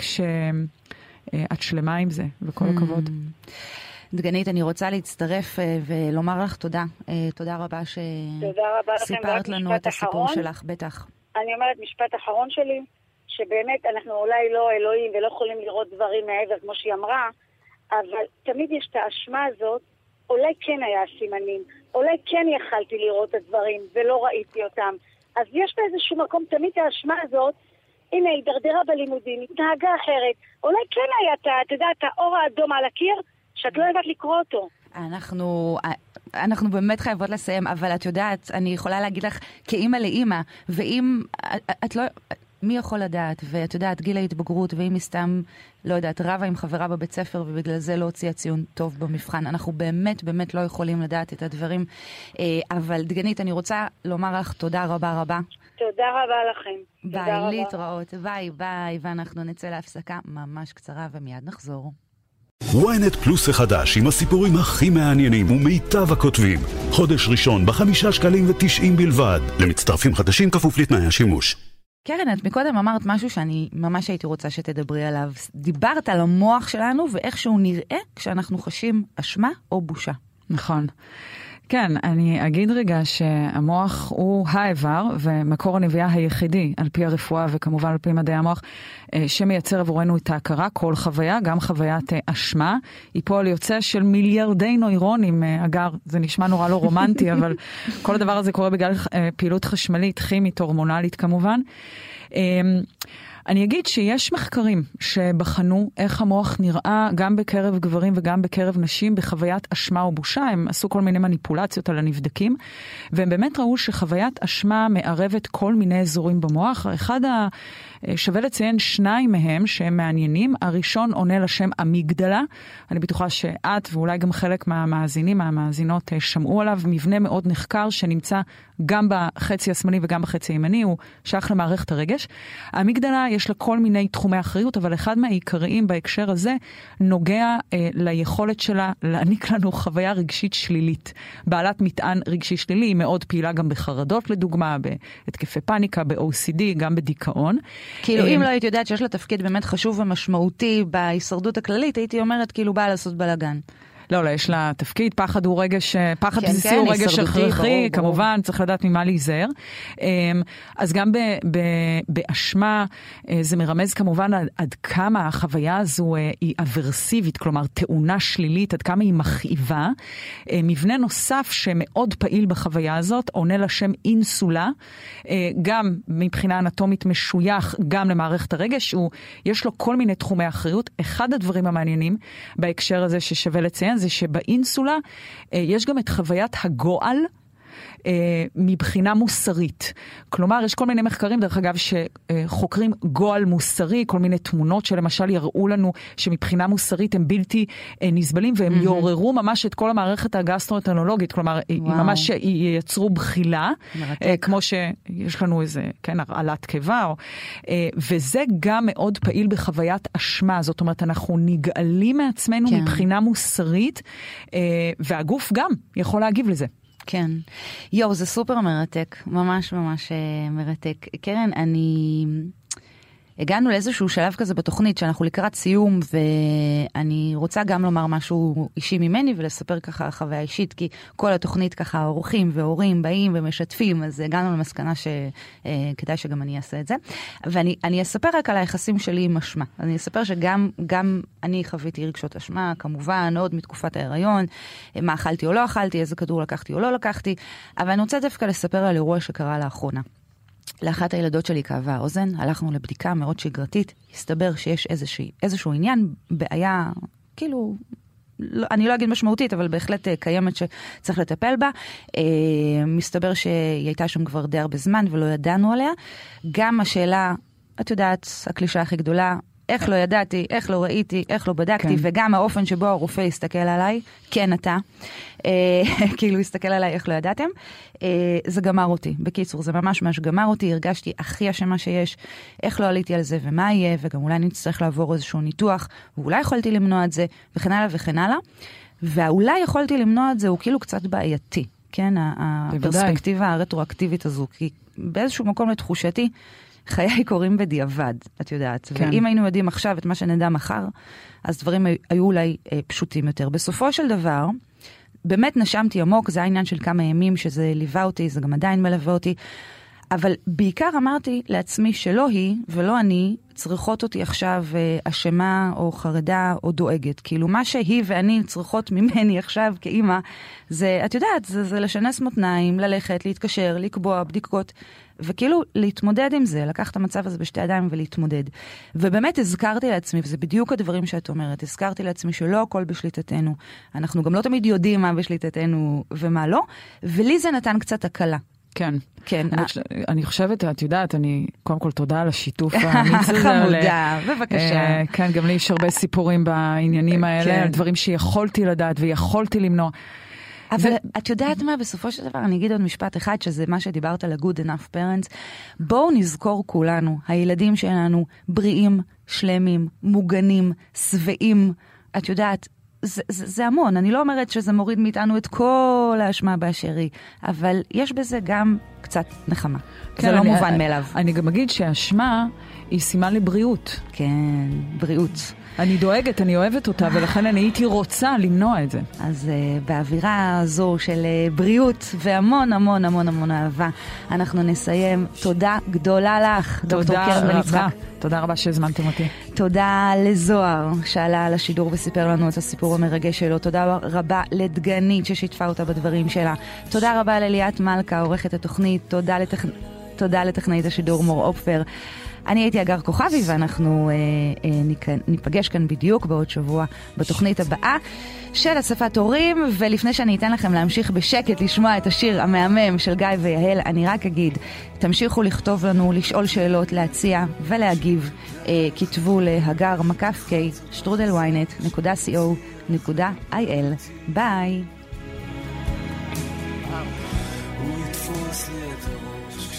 שאת שלמה עם זה, וכל הכבוד. דגנית, אני רוצה להצטרף ולומר לך תודה. תודה רבה שסיפרת לנו את הסיפור שלך, בטח. אני אומרת משפט אחרון שלי, שבאמת אנחנו אולי לא אלוהים ולא יכולים לראות דברים מעבר כמו שהיא אמרה, אבל תמיד יש את האשמה הזאת, אולי כן היה סימנים, אולי כן יכלתי לראות את הדברים ולא ראיתי אותם. אז יש באיזשהו מקום תמיד האשמה הזאת, הנה היא דרדרה בלימודים, התנהגה אחרת, אולי כן היה את, אתה יודע, את האור האדום על הקיר, שאת לא יודעת לקרוא אותו. אנחנו, אנחנו באמת חייבות לסיים, אבל את יודעת, אני יכולה להגיד לך כאימא לאימא, ואם את לא, מי יכול לדעת? ואת יודעת, גיל ההתבגרות, ואם היא סתם, לא יודעת, רבה עם חברה בבית ספר, ובגלל זה לא הוציאה ציון טוב במבחן. אנחנו באמת, באמת לא יכולים לדעת את הדברים. אבל דגנית, אני רוצה לומר לך תודה רבה רבה. תודה רבה לכם. ביי, להתראות. ביי, ביי. ואנחנו נצא להפסקה ממש קצרה, ומיד נחזור. וויינט פלוס החדש עם הסיפורים הכי מעניינים ומיטב הכותבים. חודש ראשון בחמישה שקלים ותשעים בלבד. למצטרפים חדשים כפוף לתנאי השימוש. קרן, את מקודם אמרת משהו שאני ממש הייתי רוצה שתדברי עליו. דיברת על המוח שלנו ואיך שהוא נראה כשאנחנו חשים אשמה או בושה. נכון. כן, אני אגיד רגע שהמוח הוא האיבר ומקור הנביאה היחידי על פי הרפואה וכמובן על פי מדעי המוח שמייצר עבורנו את ההכרה, כל חוויה, גם חוויית אשמה. היא פועל יוצא של מיליארדי נוירונים, אגר, זה נשמע נורא לא רומנטי, אבל כל הדבר הזה קורה בגלל פעילות חשמלית, כימית, הורמונלית כמובן. אני אגיד שיש מחקרים שבחנו איך המוח נראה גם בקרב גברים וגם בקרב נשים בחוויית אשמה או בושה. הם עשו כל מיני מניפולציות על הנבדקים, והם באמת ראו שחוויית אשמה מערבת כל מיני אזורים במוח. אחד ה... שווה לציין שניים מהם שהם מעניינים. הראשון עונה לשם אמיגדלה. אני בטוחה שאת ואולי גם חלק מהמאזינים, מהמאזינות שמעו עליו. מבנה מאוד נחקר שנמצא גם בחצי השמאלי וגם בחצי הימני. הוא שייך למערכת הרגש. האמיגדלה יש לה כל מיני תחומי אחריות, אבל אחד מהעיקריים בהקשר הזה נוגע אה, ליכולת שלה להעניק לנו חוויה רגשית שלילית. בעלת מטען רגשי שלילי, היא מאוד פעילה גם בחרדות לדוגמה, בהתקפי פאניקה, ב-או סי די, גם בדיכאון. כאילו אם לא הייתי יודעת שיש לה תפקיד באמת חשוב ומשמעותי בהישרדות הכללית, הייתי אומרת כאילו באה לעשות בלגן. לא, לא, יש לה תפקיד, פחד הוא רגש, פחד כן, בסיסי כן, הוא רגש הכרחי, כמובן, ברור. צריך לדעת ממה להיזהר. אז גם ב, ב, באשמה, זה מרמז כמובן עד, עד כמה החוויה הזו היא אברסיבית, כלומר, תאונה שלילית, עד כמה היא מכאיבה. מבנה נוסף שמאוד פעיל בחוויה הזאת, עונה לשם אינסולה, גם מבחינה אנטומית משוייך, גם למערכת הרגש, הוא, יש לו כל מיני תחומי אחריות. אחד הדברים המעניינים בהקשר הזה ששווה לציין, זה שבאינסולה יש גם את חוויית הגועל מבחינה מוסרית. כלומר, יש כל מיני מחקרים, דרך אגב, שחוקרים גועל מוסרי, כל מיני תמונות שלמשל יראו לנו שמבחינה מוסרית הם בלתי נסבלים, והם mm-hmm. יעוררו ממש את כל המערכת הגסטרואנטרולוגית, כלומר, היא ממש ייצרו בחילה, כמו שיש לנו איזה, כן, הרעלת קיבה, וזה גם מאוד פעיל בחוויית אשמה, זאת אומרת, אנחנו נגאלים מעצמנו כן. מבחינה מוסרית, והגוף גם יכול להגיב לזה. כן. יו, זה סופר מרתק, ממש ממש מרתק. קרן, אני... הגענו לאיזשהו שלב כזה בתוכנית שאנחנו לקראת סיום, ואני רוצה גם לומר משהו אישי ממני ולספר ככה חוויה אישית, כי כל התוכנית ככה אורחים והורים באים ומשתפים, אז הגענו למסקנה שכדאי שגם אני אעשה את זה. ואני אני אספר רק על היחסים שלי עם אשמה. אני אספר שגם גם אני חוויתי רגשות אשמה, כמובן, עוד מתקופת ההיריון, מה אכלתי או לא אכלתי, איזה כדור לקחתי או לא לקחתי, אבל אני רוצה דווקא לספר על אירוע שקרה לאחרונה. לאחת הילדות שלי כאבה האוזן, הלכנו לבדיקה מאוד שגרתית, הסתבר שיש איזשהו, איזשהו עניין, בעיה, כאילו, לא, אני לא אגיד משמעותית, אבל בהחלט קיימת שצריך לטפל בה. אה, מסתבר שהיא הייתה שם כבר די הרבה זמן ולא ידענו עליה. גם השאלה, את יודעת, הקלישה הכי גדולה, איך לא ידעתי, איך לא ראיתי, איך לא בדקתי, כן. וגם האופן שבו הרופא הסתכל עליי, כן אתה, אה, כאילו הסתכל עליי, איך לא ידעתם, אה, זה גמר אותי. בקיצור, זה ממש ממש גמר אותי, הרגשתי הכי אשמה שיש, איך לא עליתי על זה ומה יהיה, וגם אולי אני צריך לעבור איזשהו ניתוח, ואולי יכולתי למנוע את זה, וכן הלאה וכן הלאה, ואולי יכולתי למנוע את זה, הוא כאילו קצת בעייתי, כן, הפרספקטיבה הרטרואקטיבית הזו, כי באיזשהו מקום לתחושתי, חיי קוראים בדיעבד, את יודעת. כן. ואם היינו יודעים עכשיו את מה שנדע מחר, אז דברים היו אולי אה, פשוטים יותר. בסופו של דבר, באמת נשמתי עמוק, זה העניין של כמה ימים שזה ליווה אותי, זה גם עדיין מלווה אותי, אבל בעיקר אמרתי לעצמי שלא היא ולא אני צריכות אותי עכשיו אשמה או חרדה או דואגת. כאילו מה שהיא ואני צריכות ממני עכשיו כאימא, זה, את יודעת, זה, זה לשנס מותניים, ללכת, להתקשר, לקבוע בדיקות, וכאילו להתמודד עם זה, לקח את המצב הזה בשתי ידיים ולהתמודד. ובאמת הזכרתי לעצמי, וזה בדיוק הדברים שאת אומרת, הזכרתי לעצמי שלא הכל בשליטתנו. אנחנו גם לא תמיד יודעים מה בשליטתנו ומה לא, ולי זה נתן קצת הקלה. כן. כן. אני, אני חושבת, את יודעת, אני, קודם כל תודה על השיתוף האמיץ הזה. חמודה, בבקשה. כן, גם לי יש הרבה סיפורים בעניינים האלה, על דברים שיכולתי לדעת ויכולתי למנוע. אבל את יודעת מה, בסופו של דבר, אני אגיד עוד משפט אחד, שזה מה שדיברת על ה-good enough parents. בואו נזכור כולנו, הילדים שלנו בריאים, שלמים, מוגנים, שבעים. את יודעת, זה, זה, זה המון. אני לא אומרת שזה מוריד מאיתנו את כל האשמה באשר היא, אבל יש בזה גם קצת נחמה. כן, זה לא אני, מובן אני, מאליו. אני גם אגיד שהאשמה היא סימן לבריאות. כן, בריאות. אני דואגת, אני אוהבת אותה, ולכן אני הייתי רוצה למנוע את זה. אז uh, באווירה הזו של uh, בריאות והמון המון המון המון אהבה, אנחנו נסיים. תודה גדולה לך, דוקטור קרן בן יצחק. תודה רבה שהזמנתם אותי. תודה לזוהר שעלה על השידור וסיפר לנו את הסיפור המרגש שלו. תודה רבה לדגנית ששיתפה אותה בדברים שלה. תודה רבה לליאת מלכה, עורכת התוכנית. תודה, לטכ... תודה לטכנאית השידור מור אופפר. אני הייתי אגר כוכבי, ואנחנו אה, אה, ניפגש כאן בדיוק בעוד שבוע בתוכנית הבאה של אספת הורים. ולפני שאני אתן לכם להמשיך בשקט לשמוע את השיר המהמם של גיא ויהל, אני רק אגיד, תמשיכו לכתוב לנו, לשאול שאלות, להציע ולהגיב. אה, כתבו להגר מקף קיי שטרודל וויינט נקודה סי או נקודה איי אל. ביי.